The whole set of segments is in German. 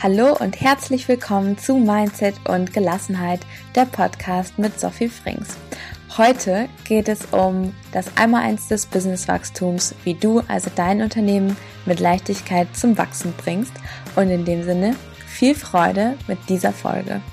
Hallo und herzlich willkommen zu Mindset und Gelassenheit, der Podcast mit Sophie Frings. Heute geht es um das Einmaleins des Businesswachstums, wie du also dein Unternehmen mit Leichtigkeit zum Wachsen bringst. Und in dem Sinne, viel Freude mit dieser Folge.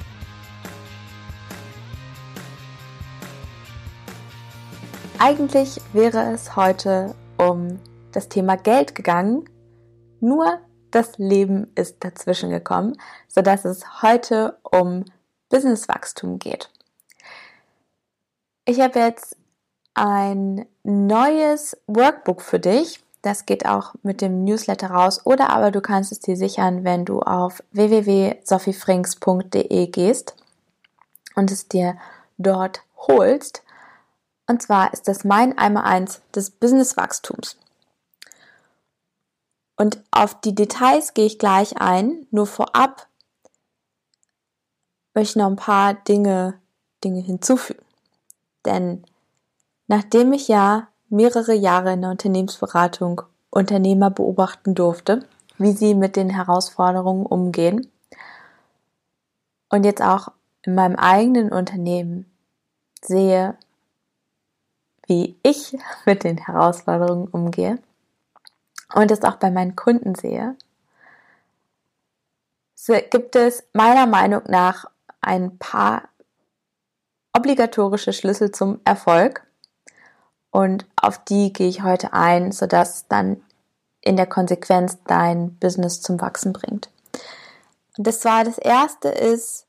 Eigentlich wäre es heute um das Thema Geld gegangen, nur das Leben ist dazwischen gekommen, sodass es heute um Businesswachstum geht. Ich habe jetzt ein neues Workbook für dich. Das geht auch mit dem Newsletter raus oder aber du kannst es dir sichern, wenn du auf www.sophiefrings.de gehst und es dir dort holst. Und zwar ist das mein Einmaleins des Businesswachstums. Und auf die Details gehe ich gleich ein. Nur vorab möchte ich noch ein paar Dinge hinzufügen. Denn nachdem ich ja mehrere Jahre in der Unternehmensberatung Unternehmer beobachten durfte, wie sie mit den Herausforderungen umgehen und jetzt auch in meinem eigenen Unternehmen sehe, wie ich mit den Herausforderungen umgehe, und es auch bei meinen Kunden sehe, so gibt es meiner Meinung nach ein paar obligatorische Schlüssel zum Erfolg und auf die gehe ich heute ein, sodass dann in der Konsequenz dein Business zum Wachsen bringt. Und das erste ist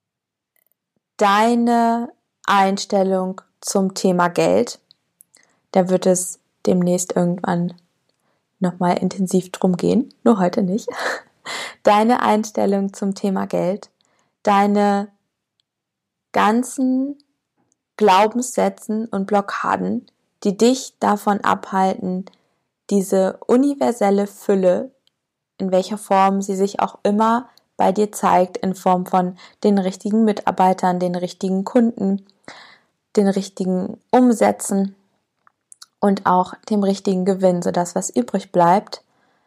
deine Einstellung zum Thema Geld. Da wird es demnächst irgendwann nochmal intensiv drum gehen, nur heute nicht. Deine Einstellung zum Thema Geld, deine ganzen Glaubenssätzen und Blockaden, die dich davon abhalten, diese universelle Fülle, in welcher Form sie sich auch immer bei dir zeigt, in Form von den richtigen Mitarbeitern, den richtigen Kunden, den richtigen Umsätzen, und auch dem richtigen Gewinn, sodass was übrig bleibt,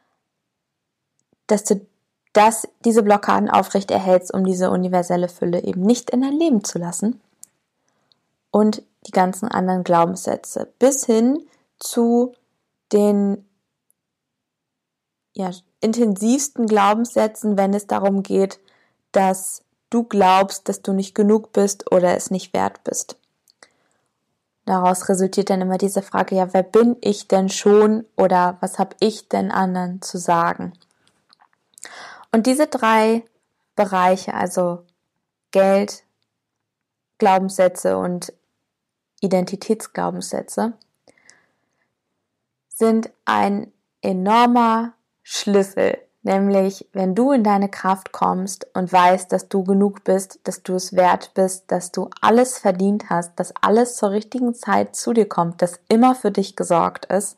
dass du diese Blockaden aufrecht erhältst, um diese universelle Fülle eben nicht in dein Leben zu lassen, und die ganzen anderen Glaubenssätze bis hin zu den intensivsten Glaubenssätzen, wenn es darum geht, dass du glaubst, dass du nicht genug bist oder es nicht wert bist. Daraus resultiert dann immer diese Frage, wer bin ich denn schon oder was habe ich denn anderen zu sagen? Und diese 3 Bereiche, also Geld, Glaubenssätze und Identitätsglaubenssätze, sind ein enormer Schlüssel. Nämlich, wenn du in deine Kraft kommst und weißt, dass du genug bist, dass du es wert bist, dass du alles verdient hast, dass alles zur richtigen Zeit zu dir kommt, dass immer für dich gesorgt ist.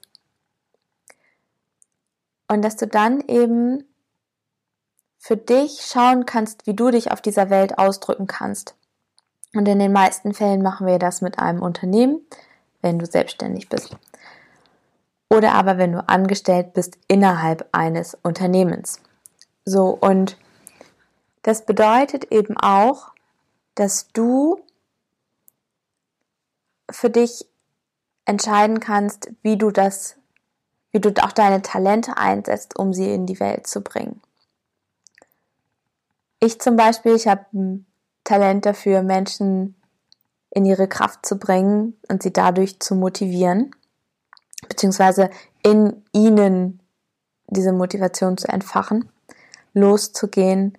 Und dass du dann eben für dich schauen kannst, wie du dich auf dieser Welt ausdrücken kannst. Und in den meisten Fällen machen wir das mit einem Unternehmen, wenn du selbstständig bist. Oder aber wenn du angestellt bist innerhalb eines Unternehmens. So, und das bedeutet eben auch, dass du für dich entscheiden kannst, wie du auch deine Talente einsetzt, um sie in die Welt zu bringen. Ich zum Beispiel, ich habe ein Talent dafür, Menschen in ihre Kraft zu bringen und sie dadurch zu motivieren, beziehungsweise in ihnen diese Motivation zu entfachen, loszugehen.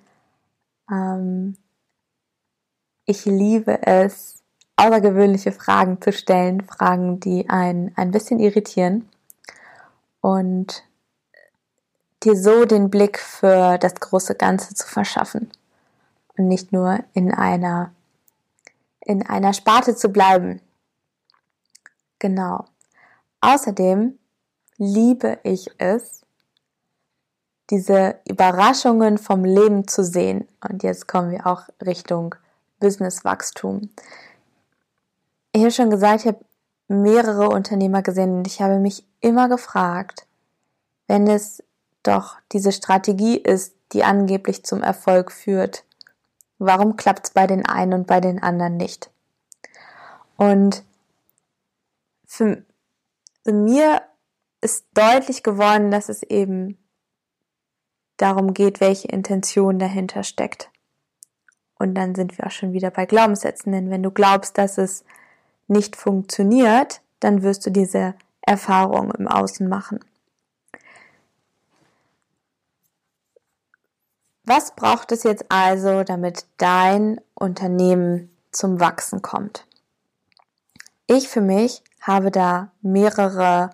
Ich liebe es, außergewöhnliche Fragen zu stellen, Fragen, die einen ein bisschen irritieren und dir so den Blick für das große Ganze zu verschaffen und nicht nur in einer Sparte zu bleiben. Genau. Außerdem liebe ich es, diese Überraschungen vom Leben zu sehen. Und jetzt kommen wir auch Richtung Businesswachstum. Ich habe schon gesagt, ich habe mehrere Unternehmer gesehen und ich habe mich immer gefragt, wenn es doch diese Strategie ist, die angeblich zum Erfolg führt? Warum klappt es bei den einen und bei den anderen nicht? Und für mir ist deutlich geworden, dass es eben darum geht, welche Intention dahinter steckt. Und dann sind wir auch schon wieder bei Glaubenssätzen, denn wenn du glaubst, dass es nicht funktioniert, dann wirst du diese Erfahrung im Außen machen. Was braucht es jetzt also, damit dein Unternehmen zum Wachsen kommt? Ich für mich habe da mehrere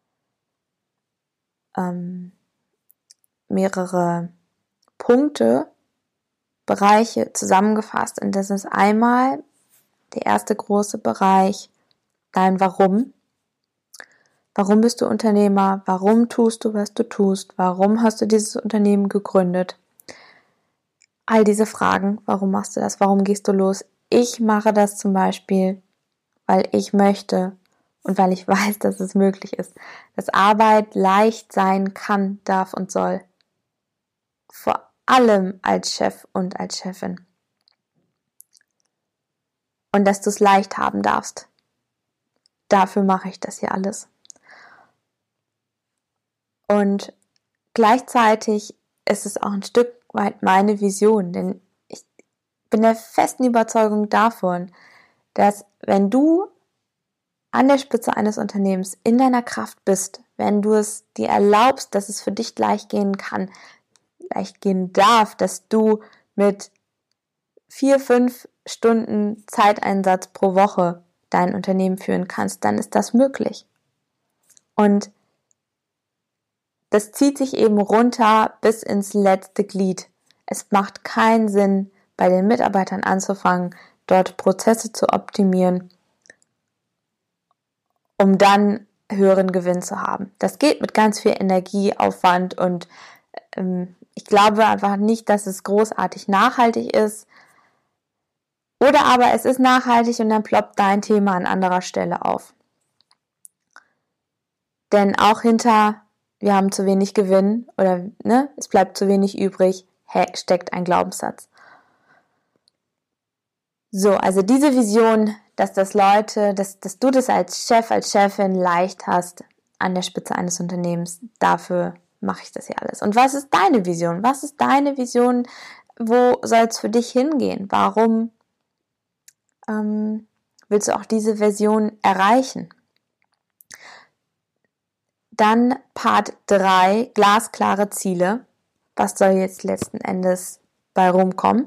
Punkte, Bereiche zusammengefasst. Und das ist einmal der erste große Bereich, dein Warum. Warum bist du Unternehmer? Warum tust du, was du tust? Warum hast du dieses Unternehmen gegründet? All diese Fragen, warum machst du das? Warum gehst du los? Ich mache das zum Beispiel, weil ich möchte und weil ich weiß, dass es möglich ist, dass Arbeit leicht sein kann, darf und soll. Vor allem als Chef und als Chefin. Und dass du es leicht haben darfst. Dafür mache ich das hier alles. Und gleichzeitig ist es auch ein Stück weit meine Vision, denn ich bin der festen Überzeugung davon, dass wenn du an der Spitze eines Unternehmens in deiner Kraft bist, wenn du es dir erlaubst, dass es für dich leicht gehen kann, leicht gehen darf, dass du mit 4-5 Stunden Zeiteinsatz pro Woche dein Unternehmen führen kannst, dann ist das möglich. Und das zieht sich eben runter bis ins letzte Glied. Es macht keinen Sinn, bei den Mitarbeitern anzufangen, dort Prozesse zu optimieren, um dann höheren Gewinn zu haben. Das geht mit ganz viel Energieaufwand und ich glaube einfach nicht, dass es großartig nachhaltig ist. Oder aber es ist nachhaltig und dann ploppt dein Thema an anderer Stelle auf. Denn auch hinter, wir haben zu wenig Gewinn oder es bleibt zu wenig übrig, steckt ein Glaubenssatz. So, also diese Vision, dass du das als Chef, als Chefin leicht hast an der Spitze eines Unternehmens, dafür mache ich das hier alles. Und was ist deine Vision? Was ist deine Vision? Wo soll es für dich hingehen? Warum willst du auch diese Version erreichen? Dann Part 3, glasklare Ziele. Was soll jetzt letzten Endes bei rumkommen?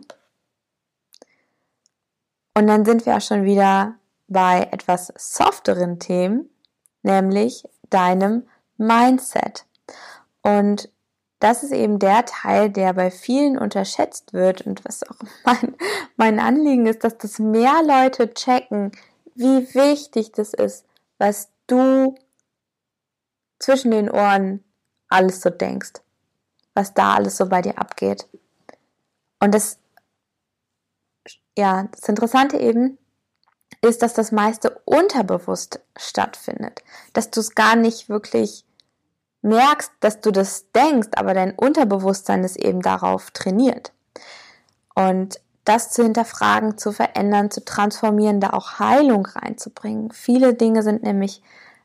Und dann sind wir auch schon wieder bei etwas softeren Themen, nämlich deinem Mindset. Und das ist eben der Teil, der bei vielen unterschätzt wird und was auch mein Anliegen ist, dass das mehr Leute checken, wie wichtig das ist, was du zwischen den Ohren alles so denkst, was da alles so bei dir abgeht. Und das Interessante eben ist, dass das meiste unterbewusst stattfindet, dass du es gar nicht wirklich merkst, dass du das denkst, aber dein Unterbewusstsein ist eben darauf trainiert. Und das zu hinterfragen, zu verändern, zu transformieren, da auch Heilung reinzubringen. Viele Dinge sind nämlich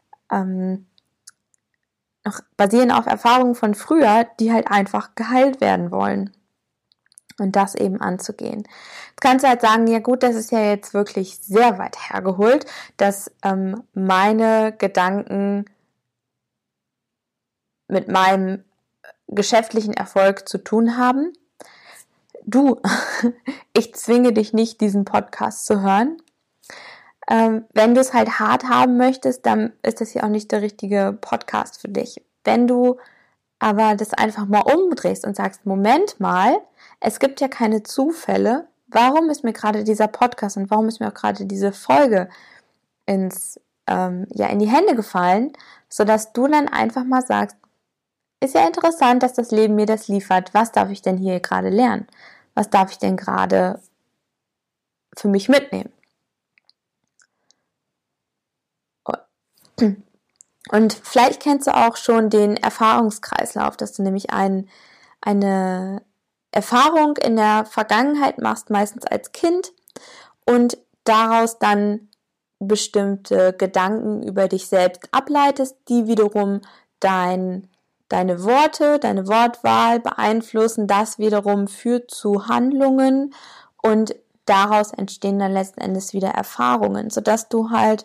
noch basieren auf Erfahrungen von früher, die halt einfach geheilt werden wollen. Und das eben anzugehen. Jetzt kannst du halt sagen, ja gut, das ist ja jetzt wirklich sehr weit hergeholt, dass meine Gedanken mit meinem geschäftlichen Erfolg zu tun haben. Du, ich zwinge dich nicht, diesen Podcast zu hören. Wenn du es halt hart haben möchtest, dann ist das hier auch nicht der richtige Podcast für dich. Wenn du aber das einfach mal umdrehst und sagst, Moment mal, es gibt ja keine Zufälle, warum ist mir gerade dieser Podcast und warum ist mir auch gerade diese Folge in die Hände gefallen, sodass du dann einfach mal sagst, ist ja interessant, dass das Leben mir das liefert. Was darf ich denn hier gerade lernen? Was darf ich denn gerade für mich mitnehmen? Und vielleicht kennst du auch schon den Erfahrungskreislauf, dass du nämlich eine Erfahrung in der Vergangenheit machst, meistens als Kind, und daraus dann bestimmte Gedanken über dich selbst ableitest, die wiederum deine Worte, deine Wortwahl beeinflussen. Das wiederum führt zu Handlungen und daraus entstehen dann letzten Endes wieder Erfahrungen, sodass du halt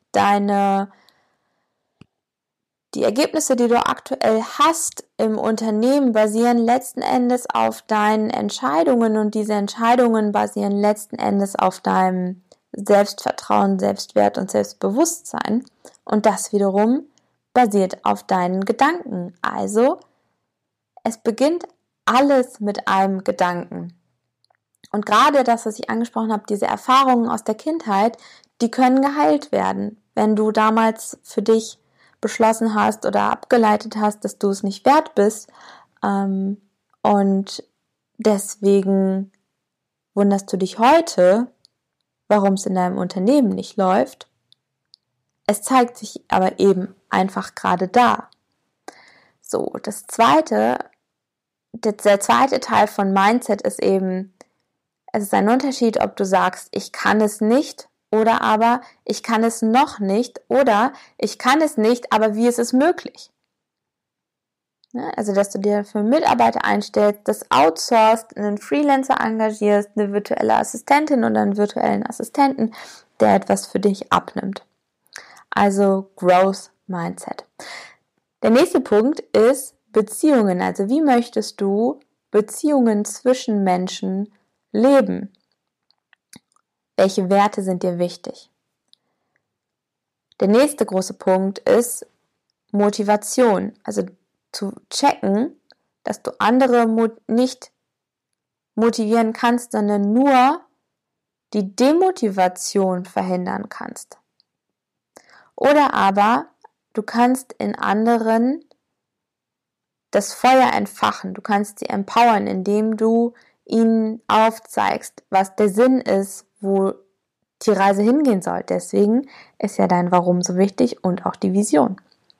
die Ergebnisse, die du aktuell hast im Unternehmen, basieren letzten Endes auf deinen Entscheidungen, und diese Entscheidungen basieren letzten Endes auf deinem Selbstvertrauen, Selbstwert und Selbstbewusstsein, und das wiederum basiert auf deinen Gedanken. Also es beginnt alles mit einem Gedanken. Und gerade das, was ich angesprochen habe, diese Erfahrungen aus der Kindheit, die können geheilt werden. Wenn du damals für dich beschlossen hast oder abgeleitet hast, dass du es nicht wert bist, und deswegen wunderst du dich heute, warum es in deinem Unternehmen nicht läuft. Es zeigt sich aber eben einfach gerade da. So, der zweite Teil von Mindset ist eben, es ist ein Unterschied, ob du sagst, ich kann es nicht, oder aber ich kann es noch nicht, oder ich kann es nicht, aber wie ist es möglich? Also, dass du dir für Mitarbeiter einstellst, das outsourcest, einen Freelancer engagierst, eine virtuelle Assistentin oder einen virtuellen Assistenten, der etwas für dich abnimmt. Also Growth Mindset. Der nächste Punkt ist Beziehungen. Also wie möchtest du Beziehungen zwischen Menschen leben? Welche Werte sind dir wichtig? Der nächste große Punkt ist Motivation. Also zu checken, dass du andere nicht motivieren kannst, sondern nur die Demotivation verhindern kannst. Oder aber du kannst in anderen das Feuer entfachen, du kannst sie empowern, indem du ihnen aufzeigst, was der Sinn ist, wo die Reise hingehen soll. Deswegen ist ja dein Warum so wichtig und auch die Vision.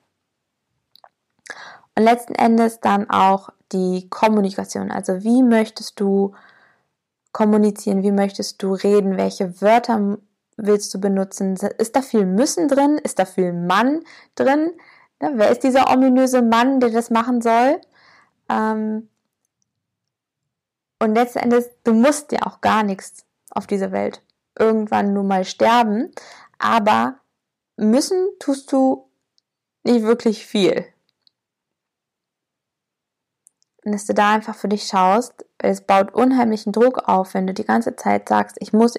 Und letzten Endes dann auch die Kommunikation. Also wie möchtest du kommunizieren, wie möchtest du reden, welche Wörter willst du benutzen? Ist da viel Müssen drin? Ist da viel Mann drin? Ja, wer ist dieser ominöse Mann, der das machen soll? Und letzten Endes, du musst ja auch gar nichts auf dieser Welt irgendwann nur mal sterben, aber müssen tust du nicht wirklich viel. Und dass du da einfach für dich schaust, weil es baut unheimlichen Druck auf, wenn du die ganze Zeit sagst, ich muss.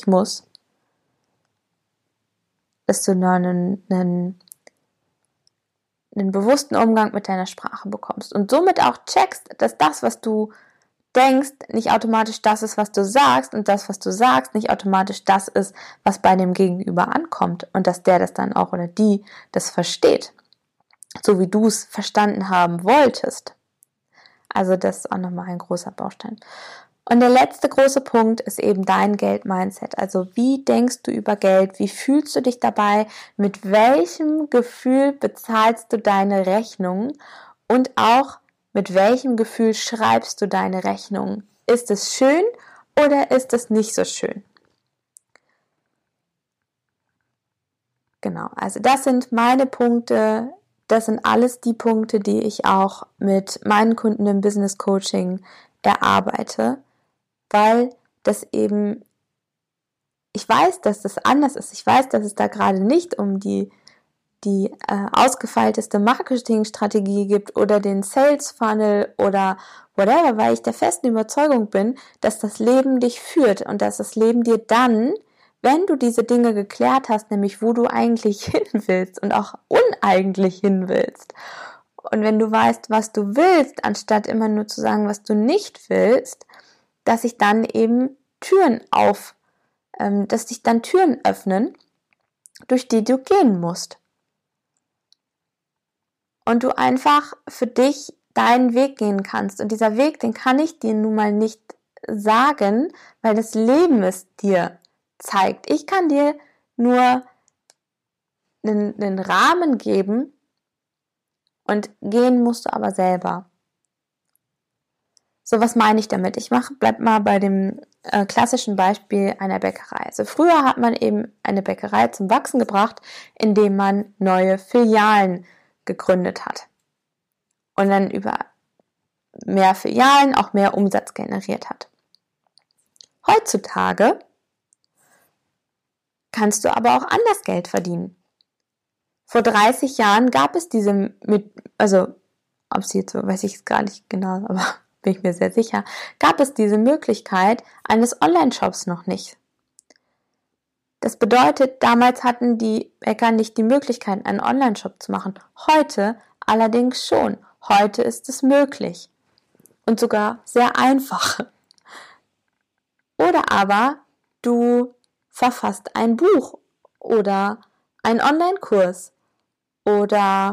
Dass du dann einen bewussten Umgang mit deiner Sprache bekommst und somit auch checkst, dass das, was du denkst, nicht automatisch das ist, was du sagst, und das, was du sagst, nicht automatisch das ist, was bei dem Gegenüber ankommt, und dass der das dann auch oder die das versteht, so wie du es verstanden haben wolltest. Also das ist auch nochmal ein großer Baustein. Und der letzte große Punkt ist eben dein Geld-Mindset. Also wie denkst du über Geld? Wie fühlst du dich dabei? Mit welchem Gefühl bezahlst du deine Rechnung? Und auch mit welchem Gefühl schreibst du deine Rechnung? Ist es schön oder ist es nicht so schön? Genau, also das sind meine Punkte. Das sind alles die Punkte, die ich auch mit meinen Kunden im Business Coaching erarbeite, weil das eben, ich weiß, dass das anders ist. Ich weiß, dass es da gerade nicht um die ausgefeilteste Marketingstrategie gibt oder den Sales Funnel oder whatever, weil ich der festen Überzeugung bin, dass das Leben dich führt und dass das Leben dir dann, wenn du diese Dinge geklärt hast, nämlich wo du eigentlich hin willst und auch uneigentlich hin willst, und wenn du weißt, was du willst, anstatt immer nur zu sagen, was du nicht willst, dass sich dann eben dass sich dann Türen öffnen, durch die du gehen musst. Und du einfach für dich deinen Weg gehen kannst. Und dieser Weg, den kann ich dir nun mal nicht sagen, weil das Leben es dir zeigt. Ich kann dir nur einen Rahmen geben, und gehen musst du aber selber. So, was meine ich damit? Bleib mal bei dem klassischen Beispiel einer Bäckerei. Also früher hat man eben eine Bäckerei zum Wachsen gebracht, indem man neue Filialen gegründet hat. Und dann über mehr Filialen auch mehr Umsatz generiert hat. Heutzutage kannst du aber auch anders Geld verdienen. Vor 30 Jahren gab es diese, ob sie jetzt so, weiß ich es gar nicht genau, aber bin ich mir sehr sicher, gab es diese Möglichkeit eines Online-Shops noch nicht. Das bedeutet, damals hatten die Bäcker nicht die Möglichkeit, einen Online-Shop zu machen. Heute allerdings schon. Heute ist es möglich. Und sogar sehr einfach. Oder aber du verfasst ein Buch oder einen Online-Kurs oder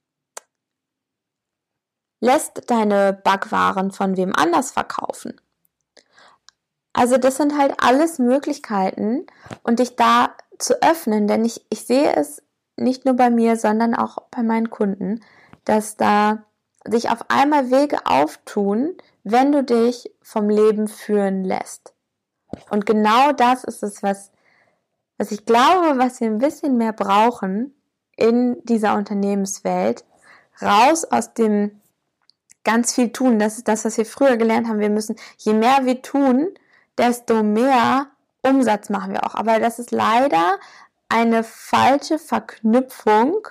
lässt deine Backwaren von wem anders verkaufen. Also das sind halt alles Möglichkeiten und dich da zu öffnen, denn ich sehe es nicht nur bei mir, sondern auch bei meinen Kunden, dass da sich auf einmal Wege auftun, wenn du dich vom Leben führen lässt. Und genau das ist es, was ich glaube, was wir ein bisschen mehr brauchen in dieser Unternehmenswelt, raus aus dem ganz viel tun. Das ist das, was wir früher gelernt haben. Wir müssen, je mehr wir tun, desto mehr Umsatz machen wir auch. Aber das ist leider eine falsche Verknüpfung.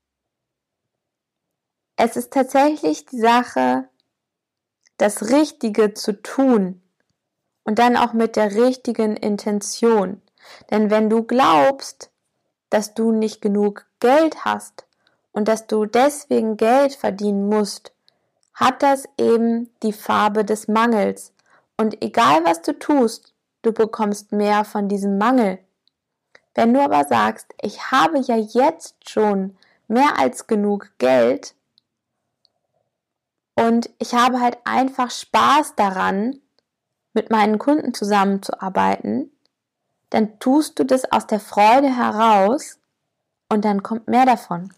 Es ist tatsächlich die Sache, das Richtige zu tun und dann auch mit der richtigen Intention. Denn wenn du glaubst, dass du nicht genug Geld hast und dass du deswegen Geld verdienen musst, hat das eben die Farbe des Mangels. Und egal was du tust, du bekommst mehr von diesem Mangel. Wenn du aber sagst, ich habe ja jetzt schon mehr als genug Geld und ich habe halt einfach Spaß daran, mit meinen Kunden zusammenzuarbeiten, dann tust du das aus der Freude heraus und dann kommt mehr davon.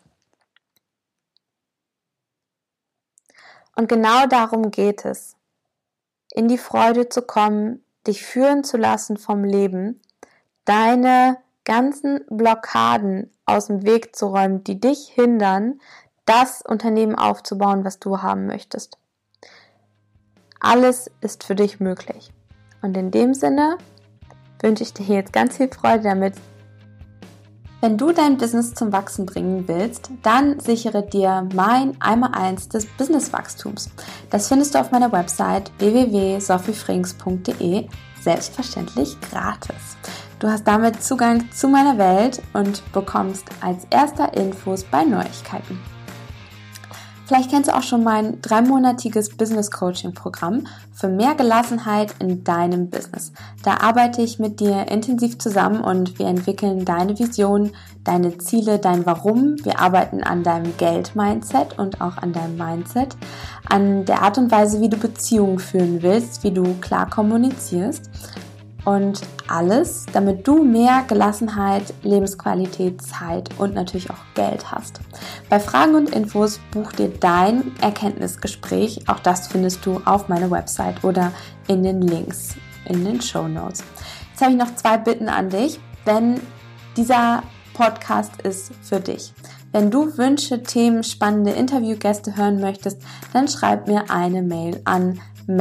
Und genau darum geht es, in die Freude zu kommen, dich führen zu lassen vom Leben, deine ganzen Blockaden aus dem Weg zu räumen, die dich hindern, das Unternehmen aufzubauen, was du haben möchtest. Alles ist für dich möglich. Und in dem Sinne wünsche ich dir jetzt ganz viel Freude damit. Wenn du dein Business zum Wachsen bringen willst, dann sichere dir mein Einmaleins des Businesswachstums. Das findest du auf meiner Website www.sophiefrings.de, selbstverständlich gratis. Du hast damit Zugang zu meiner Welt und bekommst als erster Infos bei Neuigkeiten. Vielleicht kennst du auch schon mein 3-monatiges Business-Coaching-Programm für mehr Gelassenheit in deinem Business. Da arbeite ich mit dir intensiv zusammen und wir entwickeln deine Vision, deine Ziele, dein Warum. Wir arbeiten an deinem Geld-Mindset und auch an deinem Mindset, an der Art und Weise, wie du Beziehungen führen willst, wie du klar kommunizierst. Und alles, damit du mehr Gelassenheit, Lebensqualität, Zeit und natürlich auch Geld hast. Bei Fragen und Infos buch dir dein Erkenntnisgespräch. Auch das findest du auf meiner Website oder in den Links in den Shownotes. Jetzt habe ich noch 2 Bitten an dich, denn dieser Podcast ist für dich. Wenn du Wünsche, Themen, spannende Interviewgäste hören möchtest, dann schreib mir eine Mail an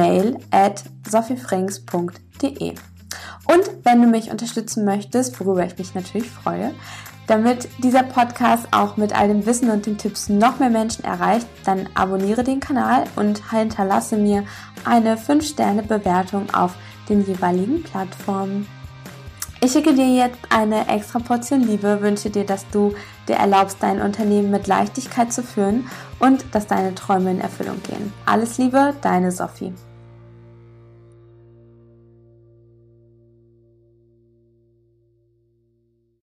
mail@sophiefrings.de. Und wenn du mich unterstützen möchtest, worüber ich mich natürlich freue, damit dieser Podcast auch mit all dem Wissen und den Tipps noch mehr Menschen erreicht, dann abonniere den Kanal und hinterlasse mir eine 5-Sterne-Bewertung auf den jeweiligen Plattformen. Ich schicke dir jetzt eine extra Portion Liebe, wünsche dir, dass du dir erlaubst, dein Unternehmen mit Leichtigkeit zu führen und dass deine Träume in Erfüllung gehen. Alles Liebe, deine Sophie.